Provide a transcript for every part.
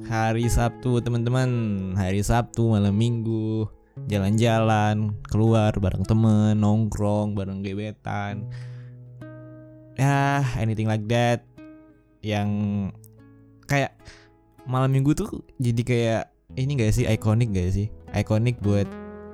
Hari Sabtu teman-teman, hari Sabtu malam minggu, jalan-jalan, keluar bareng temen, nongkrong bareng gebetan, ya anything like that. Yang kayak malam minggu tuh jadi kayak ini gak sih, ikonik gak sih? Ikonik buat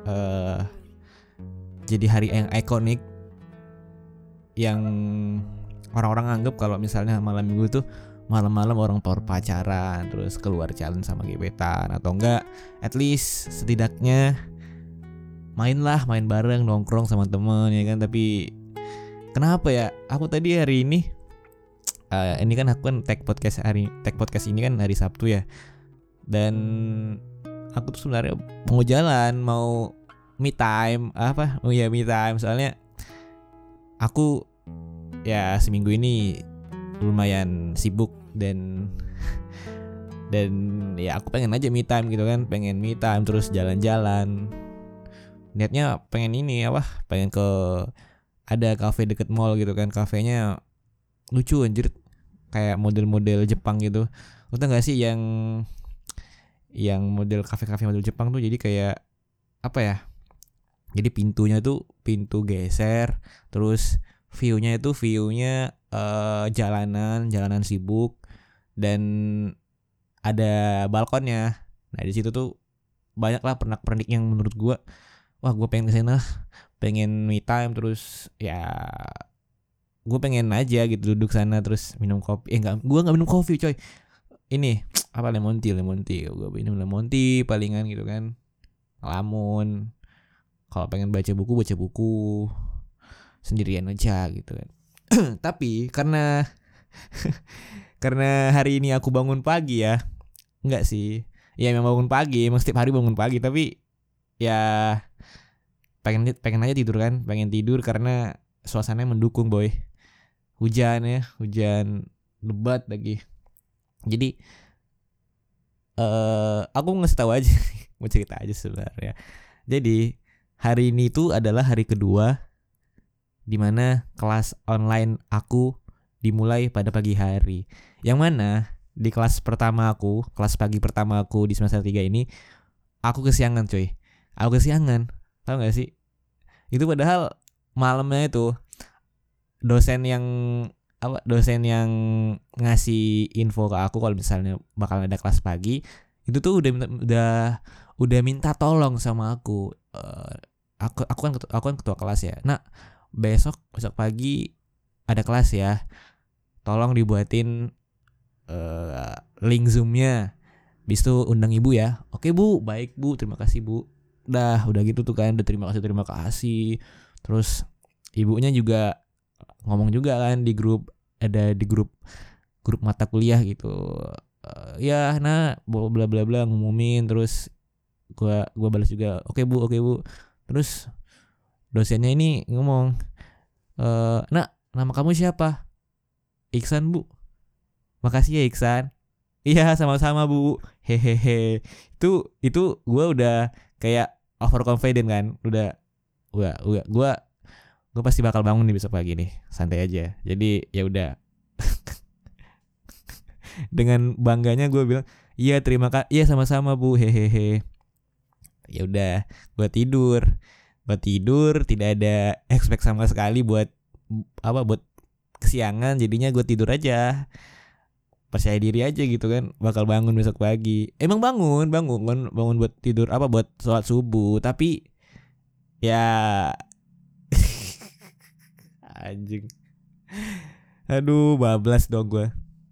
jadi hari yang ikonik, yang orang-orang anggap kalau misalnya malam minggu tuh malam-malam orang pacaran, terus keluar jalan sama gebetan, atau enggak at least setidaknya main bareng, nongkrong sama temen ya kan. Tapi kenapa ya aku tadi hari ini kan aku kan tag podcast ini kan hari Sabtu ya, dan aku tuh sebenarnya mau jalan, mau me time me time, soalnya aku ya seminggu ini lumayan sibuk dan ya aku pengen aja me time gitu kan, pengen me time terus jalan-jalan. Niatnya pengen pengen ke ada kafe deket mall gitu kan, kafenya lucu anjir, kayak model-model Jepang gitu. Lu tau gak sih yang model kafe-kafe model Jepang tuh jadi kayak jadi pintunya tuh pintu geser, terus viewnya jalanan sibuk, dan ada balkonnya. Nah di situ tuh banyak lah pernak-pernik yang menurut gue, wah gue pengen kesana, pengen me time, terus ya gue pengen aja gitu duduk sana terus minum kopi. Gue nggak minum kopi coy, ini lemon tea, gue minum lemon tea palingan gitu kan, ngelamun. Kalau pengen baca buku sendirian aja gitu kan. Tapi karena hari ini aku bangun pagi ya. Enggak sih, ya memang bangun pagi, emang setiap hari bangun pagi, tapi ya pengen aja tidur kan, pengen tidur karena suasananya mendukung boy. Hujan lebat lagi. Jadi aku ngasih tahu aja mau cerita aja sebenarnya. Jadi hari ini tuh adalah hari kedua di mana kelas online aku dimulai pada pagi hari. Yang mana di kelas pagi pertama aku di semester 3 ini aku kesiangan coy. Tahu enggak sih? Itu padahal malamnya itu dosen yang ngasih info ke aku kalau misalnya bakal ada kelas pagi itu tuh udah minta tolong sama aku. Aku kan ketua kelas ya. Nah, besok pagi ada kelas ya, tolong dibuatin link Zoom-nya, habis itu undang ibu ya. Oke bu, baik bu, terima kasih bu. Udah gitu tuh kan, udah terima kasih. Terus ibunya juga ngomong juga kan di grup, ada di grup mata kuliah gitu. Ya nah bla bla bla ngumumin, terus gua balas juga oke bu. Terus dosennya ini ngomong, nak, nama kamu siapa? Iksan bu. Makasih ya Iksan. Iya sama-sama bu. Hehehe. Itu gue udah kayak overconfident kan. Udah gue pasti bakal bangun nih besok pagi nih. Santai aja. Jadi ya udah. Dengan bangganya gue bilang, iya terima kasih. Iya sama-sama bu. Hehehe. Ya udah, gue tidur, tidak ada expect sama sekali buat kesiangan, jadinya gue tidur aja, percaya diri aja gitu kan bakal bangun besok pagi. Emang bangun buat tidur buat sholat subuh, tapi ya anjing, aduh bablas dong gue,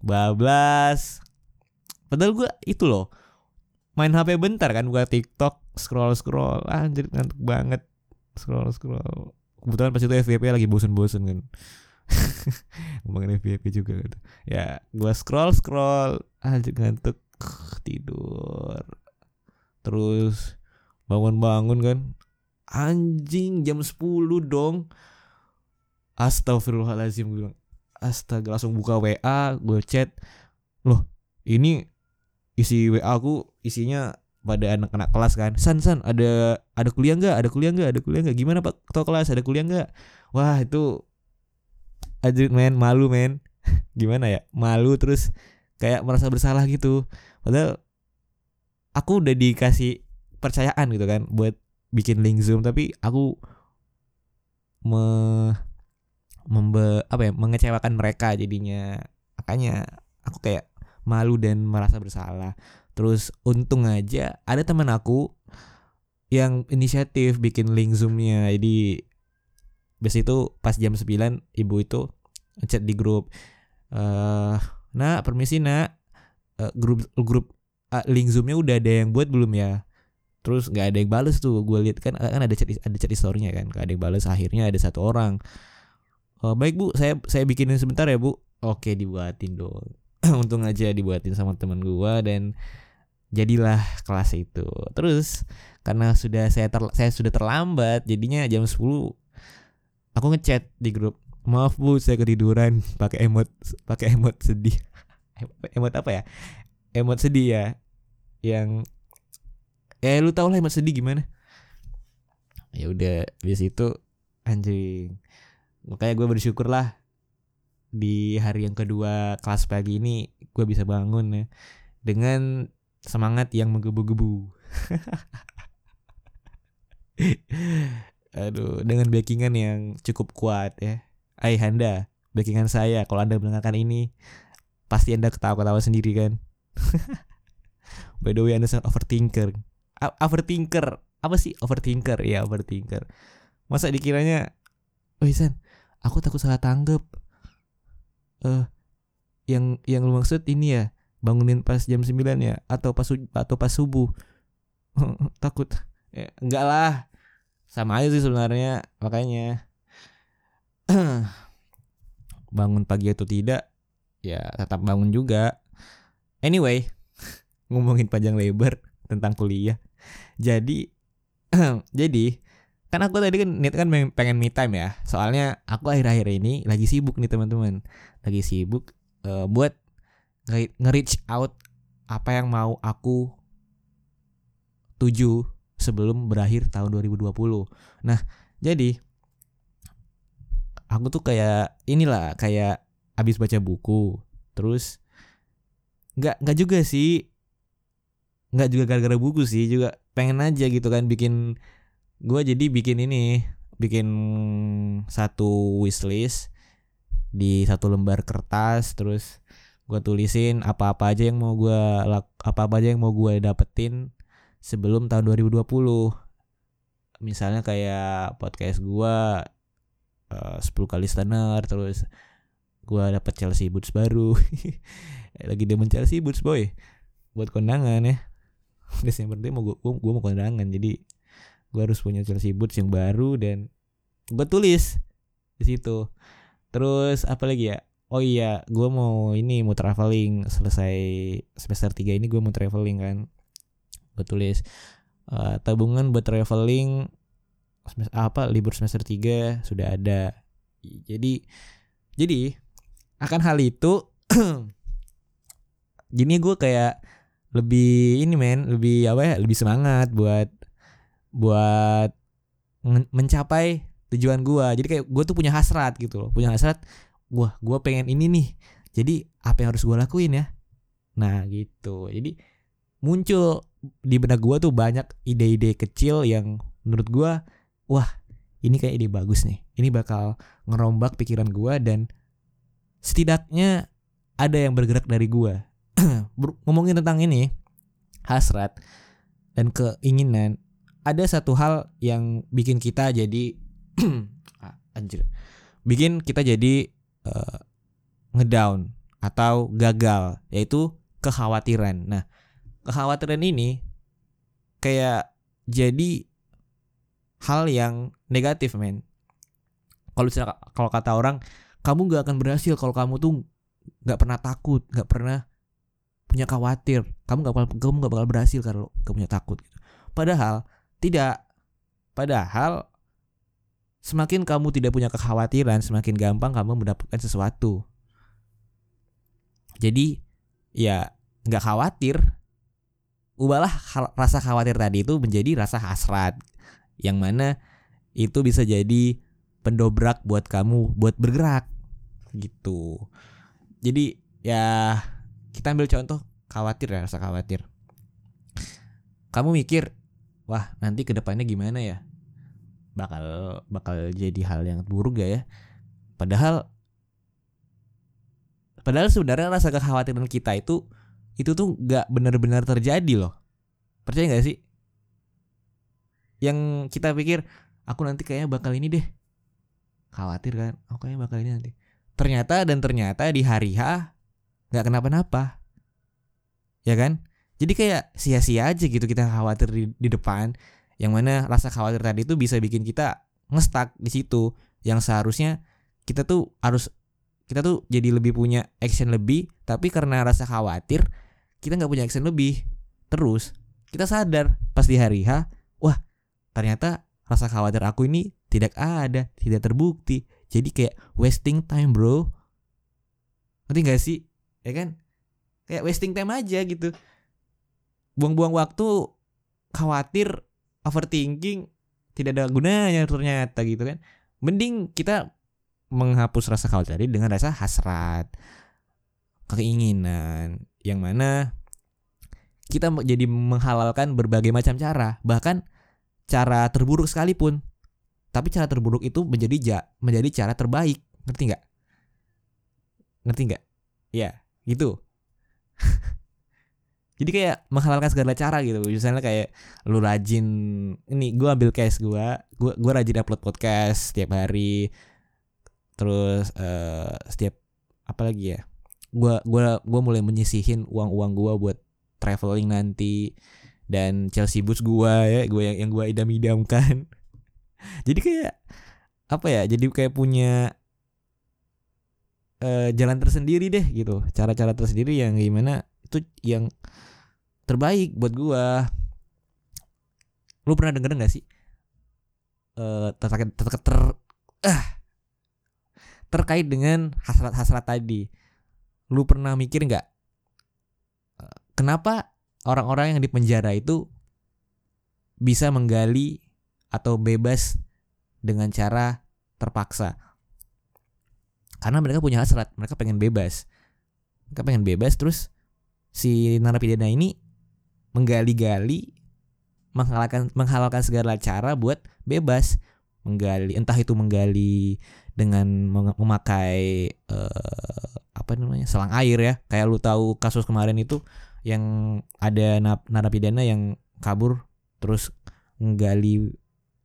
padahal gue itu loh main HP bentar kan, buka TikTok, scroll anjir ngantuk banget, scroll. Kebetulan pas itu FYP lagi bosen kan. Ngomongin FYP juga gitu. Ya gue scroll anjir ngantuk, tidur. Terus bangun kan, anjing jam 10 dong. Astagfirullahaladzim, gue bilang astaga, langsung buka WA, gue chat. Loh ini isi WA aku isinya pada anak-anak kelas kan. San ada kuliah enggak? Gimana Pak ketua kelas, ada kuliah enggak? Wah itu anjir malu men. Gimana ya? Malu, terus kayak merasa bersalah gitu. Padahal aku udah dikasih percayaan gitu kan buat bikin link Zoom, tapi aku mengecewakan mereka jadinya. Makanya aku kayak malu dan merasa bersalah. Terus untung aja ada teman aku yang inisiatif bikin link Zoom-nya. Jadi biasa itu pas jam 9 ibu itu ngechat di grup, nak permisi nak, grup link Zoom-nya udah ada yang buat belum ya? Terus nggak ada yang balas tuh, gue lihat kan ada chat historinya kan, nggak ada yang balas. Akhirnya ada satu orang, baik bu, saya bikinin sebentar ya bu. Oke, dibuatin dong. Untung aja dibuatin sama teman gue dan jadilah kelas itu. Terus karena saya sudah terlambat, jadinya jam 10 aku ngechat di grup, maaf bu saya ketiduran, pakai emot sedih. Emot apa ya? Emot sedih ya, yang lu tau lah emot sedih gimana. Ya udah, habis itu anjing. Makanya gue bersyukur lah di hari yang kedua kelas pagi ini gue bisa bangun ya dengan semangat yang menggebu-gebu. Aduh, dengan backingan yang cukup kuat ya. Handa, backingan saya kalau Anda mendengarkan ini pasti Anda ketawa-ketawa sendiri kan. By the way, Anda sangat overthinker. Overthinker. Apa sih overthinker? Ya, overthinker. Masa dikiranya, San, aku takut salah tanggap. Yang lu maksud ini ya, bangunin pas jam 9 ya, atau pas subuh. Takut. Ya, enggak lah. Sama aja sih sebenarnya. Makanya bangun pagi atau tidak, ya tetap bangun juga. Anyway, ngomongin panjang lebar tentang kuliah. Jadi kan aku tadi kan pengen me time ya. Soalnya aku akhir-akhir ini lagi sibuk nih teman-teman. Lagi sibuk buat nge-reach out apa yang mau aku tuju sebelum berakhir tahun 2020. Nah, jadi aku tuh kayak abis baca buku. Terus Enggak juga sih. Enggak juga gara-gara buku sih, juga pengen aja gitu kan bikin satu wishlist di satu lembar kertas. Terus gue tulisin apa-apa aja yang mau gue dapetin sebelum tahun 2020. Misalnya kayak podcast gue 10 kali listener, terus gue dapet Chelsea boots baru. Lagi demen Chelsea boots boy, buat kondangan ya. Desember dia gue mau kondangan, jadi gue harus punya Chelsea boots yang baru dan gue tulis di situ. Terus apa lagi ya? Oh iya, gue mau traveling selesai semester 3 ini, gue mau traveling kan. Gue tulis tabungan buat traveling libur semester 3 sudah ada. Jadi akan hal itu gini gue kayak lebih lebih semangat buat mencapai tujuan gue. Jadi kayak gue tuh punya hasrat gitu loh, wah gue pengen ini nih, jadi apa yang harus gue lakuin ya. Nah gitu, jadi muncul di benak gue tuh banyak ide-ide kecil yang menurut gue, wah ini kayak ide bagus nih, ini bakal ngerombak pikiran gue dan setidaknya ada yang bergerak dari gue. Ngomongin tentang ini hasrat dan keinginan, ada satu hal yang bikin kita jadi bikin kita jadi ngedown atau gagal, yaitu kekhawatiran. Nah, kekhawatiran ini kayak jadi hal yang negatif, men. Kalau kata orang, kamu gak akan berhasil kalau kamu tuh gak pernah takut, gak pernah punya khawatir. Kamu gak bakal berhasil kalau gak punya takut. Padahal tidak. Padahal semakin kamu tidak punya kekhawatiran, semakin gampang kamu mendapatkan sesuatu. Jadi ya gak khawatir. Ubahlah rasa khawatir tadi itu menjadi rasa hasrat, yang mana itu bisa jadi pendobrak buat kamu buat bergerak gitu. Jadi ya kita ambil contoh khawatir ya, rasa khawatir. kamu mikir, wah nanti kedepannya gimana ya, bakal jadi hal yang buruk gak ya. Padahal sebenarnya rasa kekhawatiran kita itu tuh gak benar-benar terjadi loh. Percaya gak sih? Yang kita pikir, aku nanti kayaknya bakal ini deh, khawatir kan, aku kayaknya bakal ini nanti. Ternyata di hari H gak kenapa-napa, ya kan? Jadi kayak sia-sia aja gitu kita khawatir di depan. Yang mana rasa khawatir tadi itu bisa bikin kita ngestak di situ. Yang seharusnya kita tuh jadi lebih punya action lebih, tapi karena rasa khawatir kita nggak punya action lebih. Terus kita sadar pas di hari H, wah ternyata rasa khawatir aku ini tidak terbukti. Jadi kayak wasting time bro. Ngerti gak sih? Ya kan? Kayak wasting time aja gitu. Buang-buang waktu, khawatir, overthinking, tidak ada gunanya ternyata gitu kan. Mending kita menghapus rasa khawatir tadi dengan rasa hasrat, keinginan, yang mana kita jadi menghalalkan berbagai macam cara, bahkan cara terburuk sekalipun. Tapi cara terburuk itu menjadi cara terbaik. Ngerti nggak? Ya, gitu. Jadi kayak menghalalkan segala cara gitu. Misalnya kayak lu rajin, ini gue ambil case gue rajin upload podcast setiap hari. Terus setiap apa lagi ya? Gue mulai menyisihin uang gue buat traveling nanti, dan Chelsea Boots gue yang gue idam-idamkan. Jadi kayak apa ya? Jadi kayak punya jalan tersendiri deh gitu. Cara-cara tersendiri yang gimana itu yang terbaik buat gue. Lu pernah denger gak sih terkait dengan hasrat tadi? Lu pernah mikir gak kenapa orang-orang yang di penjara itu bisa menggali atau bebas dengan cara terpaksa? Karena mereka punya hasrat, mereka pengen bebas. Terus si narapidana ini menggali-gali, menghalalkan segala cara buat bebas. Entah itu menggali dengan memakai selang air ya. Kayak lu tahu kasus kemarin itu yang ada narapidana yang kabur terus menggali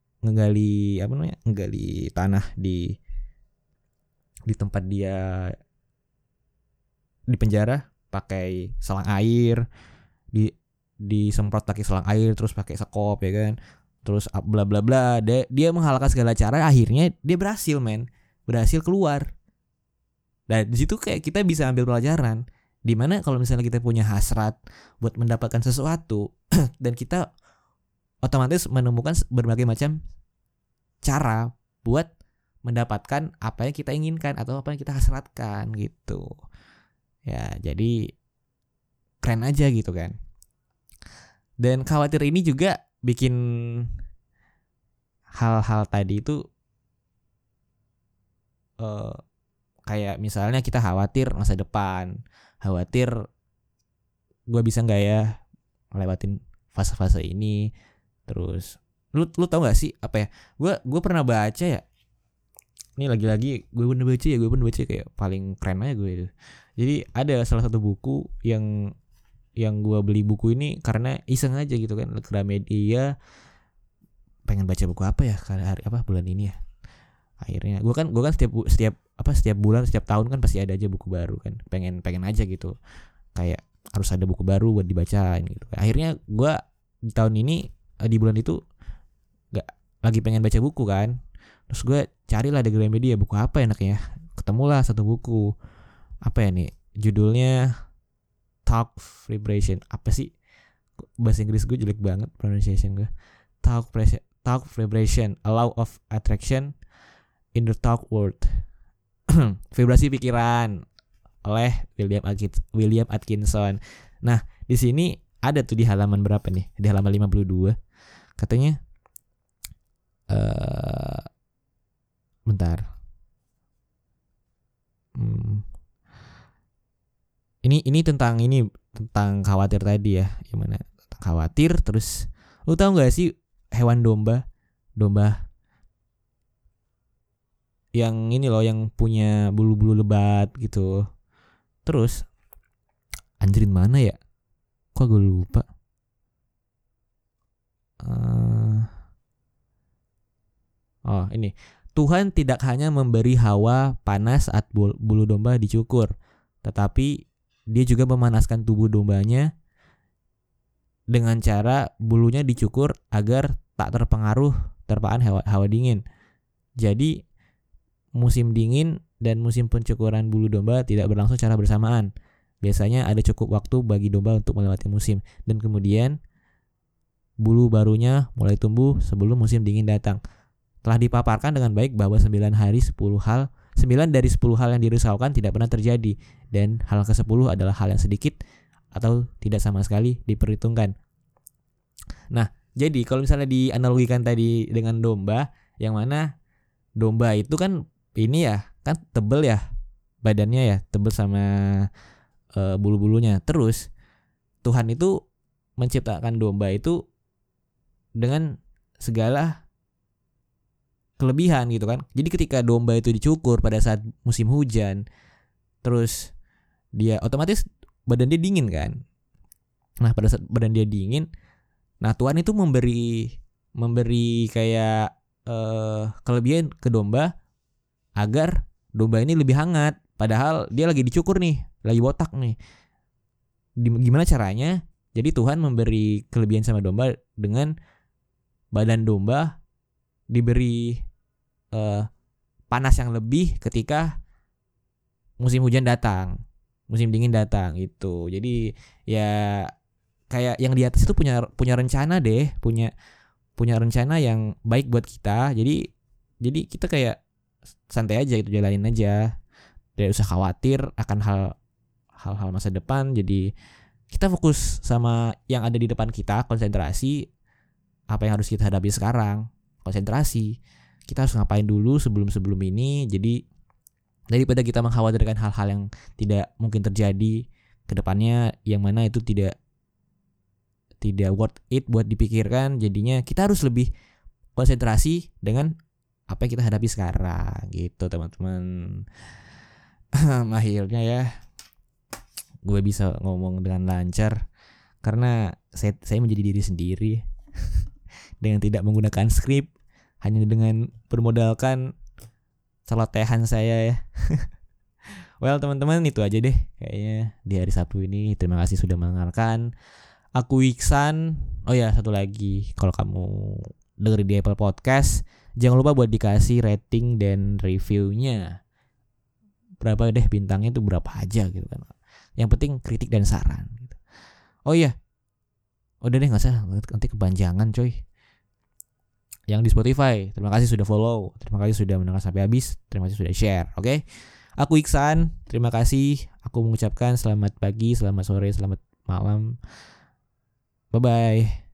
tanah di tempat dia di penjara pakai selang air, disemprot pakai selang air, terus pakai sekop ya kan, terus bla bla bla. Dia menghalalkan segala cara, akhirnya dia berhasil keluar. Dan di situ kayak kita bisa ambil pelajaran, dimana kalau misalnya kita punya hasrat buat mendapatkan sesuatu dan kita otomatis menemukan berbagai macam cara buat mendapatkan apa yang kita inginkan atau apa yang kita hasratkan gitu ya. Jadi keren aja gitu kan. Dan khawatir ini juga bikin hal-hal tadi itu kayak misalnya kita khawatir masa depan, khawatir gue bisa nggak ya ngelewatin fase-fase ini. Terus lu tau nggak sih apa ya, gue pernah baca ya, ini lagi-lagi gue pernah baca kayak paling keren aja gue itu. Jadi ada salah satu buku yang gue beli buku ini karena iseng aja gitu kan, ke Gramedia pengen baca buku apa ya hari bulan ini ya. Akhirnya gue kan setiap bulan, setiap tahun kan pasti ada aja buku baru kan, pengen aja gitu, kayak harus ada buku baru buat dibacain gitu. Akhirnya gue di tahun ini di bulan itu lagi pengen baca buku kan. Terus gue carilah di Gramedia buku apa enaknya. Ketemulah satu buku. Apa ya nih? Judulnya Talk Vibration. Apa sih? Bahasa Inggris gue jelek banget pronunciation gue. Talk Vibration, A Law of Attraction in the Talk World. Vibrasi pikiran oleh William Atkinson. Nah, di sini ada tuh di halaman berapa nih? Di halaman 52. Katanya bentar. Ini tentang khawatir tadi ya, gimana? khawatir. Terus lu tahu nggak sih hewan domba yang ini loh, yang punya bulu-bulu lebat gitu. Terus anjrin mana ya? Kok gue lupa. Oh ini, Tuhan tidak hanya memberi hawa panas saat bulu domba dicukur, tetapi dia juga memanaskan tubuh dombanya dengan cara bulunya dicukur agar tak terpaan hawa dingin. Jadi musim dingin dan musim pencukuran bulu domba tidak berlangsung secara bersamaan. Biasanya ada cukup waktu bagi domba untuk melewati musim, dan kemudian bulu barunya mulai tumbuh sebelum musim dingin datang. Telah dipaparkan dengan baik bahwa 9 dari 10 hal yang dirisaukan tidak pernah terjadi, dan hal ke-10 adalah hal yang sedikit atau tidak sama sekali diperhitungkan. Nah, jadi kalau misalnya dianalogikan tadi dengan domba, yang mana domba itu kan ini ya, kan tebel ya badannya ya, tebel sama bulu-bulunya. Terus Tuhan itu menciptakan domba itu dengan segala kelebihan gitu kan. Jadi ketika domba itu dicukur pada saat musim hujan, terus dia otomatis badan dia dingin kan. Nah, pada saat badan dia dingin, nah Tuhan itu memberi kayak kelebihan ke domba agar domba ini lebih hangat. Padahal dia lagi dicukur nih, lagi botak nih. Gimana caranya? Jadi Tuhan memberi kelebihan sama domba dengan badan domba diberi panas yang lebih ketika musim hujan datang, musim dingin datang itu. Jadi ya kayak yang di atas itu punya rencana deh, punya rencana yang baik buat kita. Jadi kita kayak santai aja gitu, jalanin aja, tidak usah khawatir akan hal masa depan. Jadi kita fokus sama yang ada di depan kita, konsentrasi apa yang harus kita hadapi sekarang, konsentrasi kita harus ngapain dulu sebelum ini. Jadi daripada kita mengkhawatirkan hal-hal yang tidak mungkin terjadi ke depannya, yang mana itu tidak worth it buat dipikirkan, jadinya kita harus lebih konsentrasi dengan apa yang kita hadapi sekarang gitu teman-teman. Akhirnya ya gue bisa ngomong dengan lancar karena saya menjadi diri sendiri dengan tidak menggunakan skrip, hanya dengan bermodalkan celotehan saya ya. Well teman-teman, itu aja deh kayaknya di hari Sabtu ini. Terima kasih sudah mendengarkan. Aku Iksan. Oh ya, satu lagi, kalau kamu dengerin di Apple Podcast, jangan lupa buat dikasih rating dan reviewnya. Berapa deh bintangnya itu, berapa aja gitu kan. Yang penting kritik dan saran gitu. Oh iya, udah deh, gak usah nanti kepanjangan coy. Yang di Spotify, terima kasih sudah follow, terima kasih sudah mendengar sampai habis, terima kasih sudah share. Oke? Aku Iksan, terima kasih. Aku mengucapkan selamat pagi, selamat sore, selamat malam. Bye bye.